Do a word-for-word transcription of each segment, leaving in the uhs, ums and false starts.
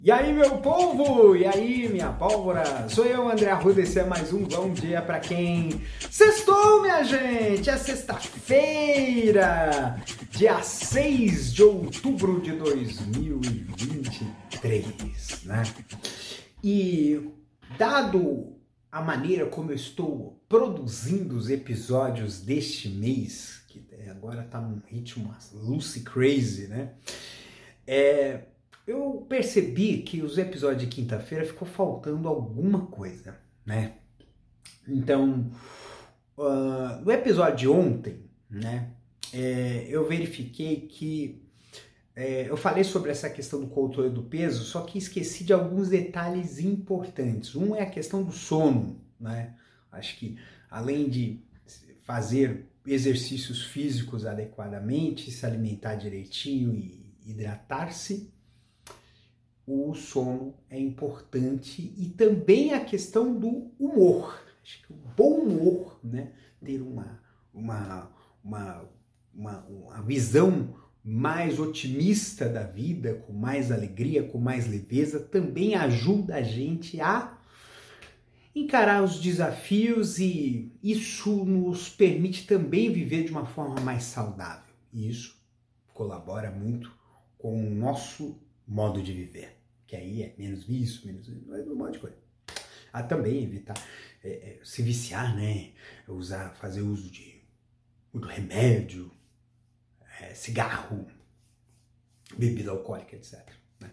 E aí, meu povo? E aí, minha pólvora? Sou eu, André Arruda, esse é mais um Bom Dia Pra Quem Sextou, minha gente! É sexta-feira, dia seis de outubro de dois mil e vinte e três, né? E dado a maneira como eu estou produzindo os episódios deste mês, que agora tá num ritmo Lucy Crazy, né? É... Eu percebi que os episódios de quinta-feira ficou faltando alguma coisa, né? Então, uh, no episódio de ontem, né, é, eu verifiquei que é, eu falei sobre essa questão do controle do peso, só que esqueci de alguns detalhes importantes. Um é a questão do sono, né? Acho que além de fazer exercícios físicos adequadamente, se alimentar direitinho e hidratar-se, o sono é importante e também a questão do humor. Acho que o bom humor, né, ter uma, uma, uma, uma, uma visão mais otimista da vida, com mais alegria, com mais leveza, também ajuda a gente a encarar os desafios e isso nos permite também viver de uma forma mais saudável. E isso colabora muito com o nosso modo de viver, que aí é menos vício, menos um monte de coisa. Ah, também evitar é, é, se viciar, né? Usar, fazer uso de, de remédio, é, cigarro, bebida alcoólica, etcétera, né?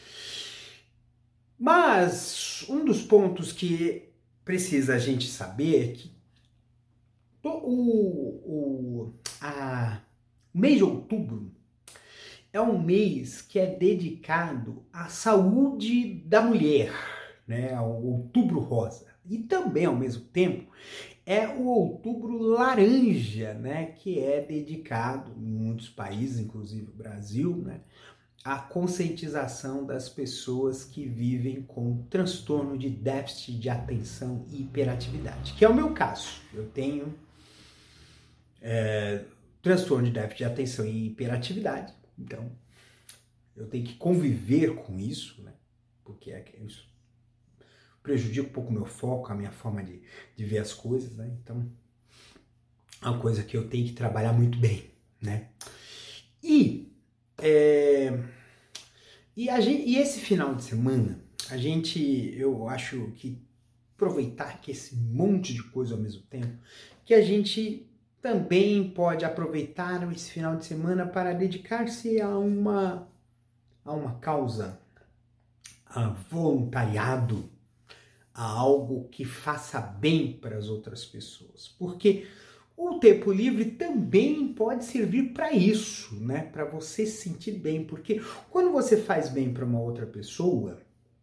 Mas um dos pontos que precisa a gente saber é que o, o, a, o mês de outubro é um mês que é dedicado à saúde da mulher, né? Ao Outubro Rosa. E também, ao mesmo tempo, é o Outubro Laranja, né? Que é dedicado, em muitos países, inclusive o Brasil, né? À conscientização das pessoas que vivem com transtorno de déficit de atenção e hiperatividade, que é o meu caso. Eu tenho é, transtorno de déficit de atenção e hiperatividade. Então, eu tenho que conviver com isso, né? Porque é que isso prejudica um pouco o meu foco, a minha forma de, de ver as coisas, né? Então, é uma coisa que eu tenho que trabalhar muito bem, né? E, é, e, a gente, e esse final de semana, a gente, eu acho que aproveitar que esse monte de coisa ao mesmo tempo, que a gente também pode aproveitar esse final de semana para dedicar-se a uma, a uma causa, a voluntariado, a algo que faça bem para as outras pessoas. Porque o tempo livre também pode servir para isso, né? Para você se sentir bem. Porque quando você faz bem para uma outra pessoa,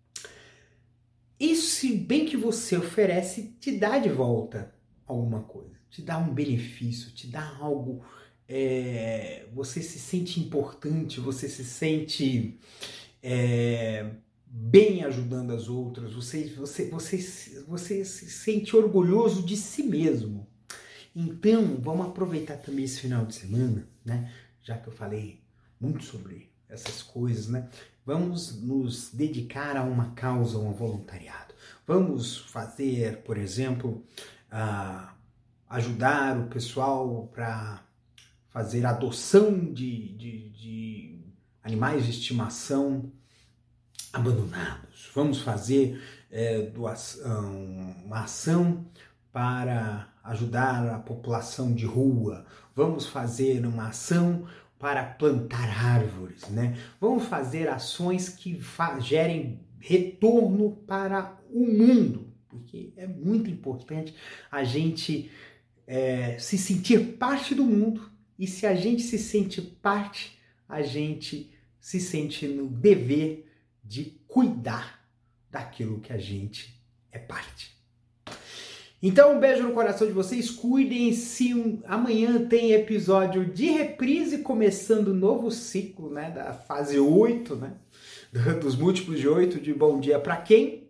esse bem que você oferece te dá de volta alguma coisa. Te dá um benefício, te dá algo, é, você se sente importante, você se sente é, bem ajudando as outras, você, você, você, você se sente orgulhoso de si mesmo. Então, vamos aproveitar também esse final de semana, né? Já que eu falei muito sobre essas coisas, né? Vamos nos dedicar a uma causa, a um voluntariado. Vamos fazer, por exemplo, a ajudar o pessoal para fazer adoção de, de, de animais de estimação abandonados. Vamos fazer é, doação, uma ação para ajudar a população de rua. Vamos fazer uma ação para plantar árvores, né? Vamos fazer ações que gerem retorno para o mundo, porque é muito importante a gente É, se sentir parte do mundo, e se a gente se sente parte, a gente se sente no dever de cuidar daquilo que a gente é parte. Então, um beijo no coração de vocês, cuidem-se, amanhã tem episódio de reprise, começando o novo ciclo, né, da fase oito, né, dos múltiplos de oito de Bom Dia Pra Quem,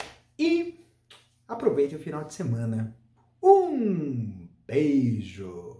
e aproveite o final de semana. Um beijo!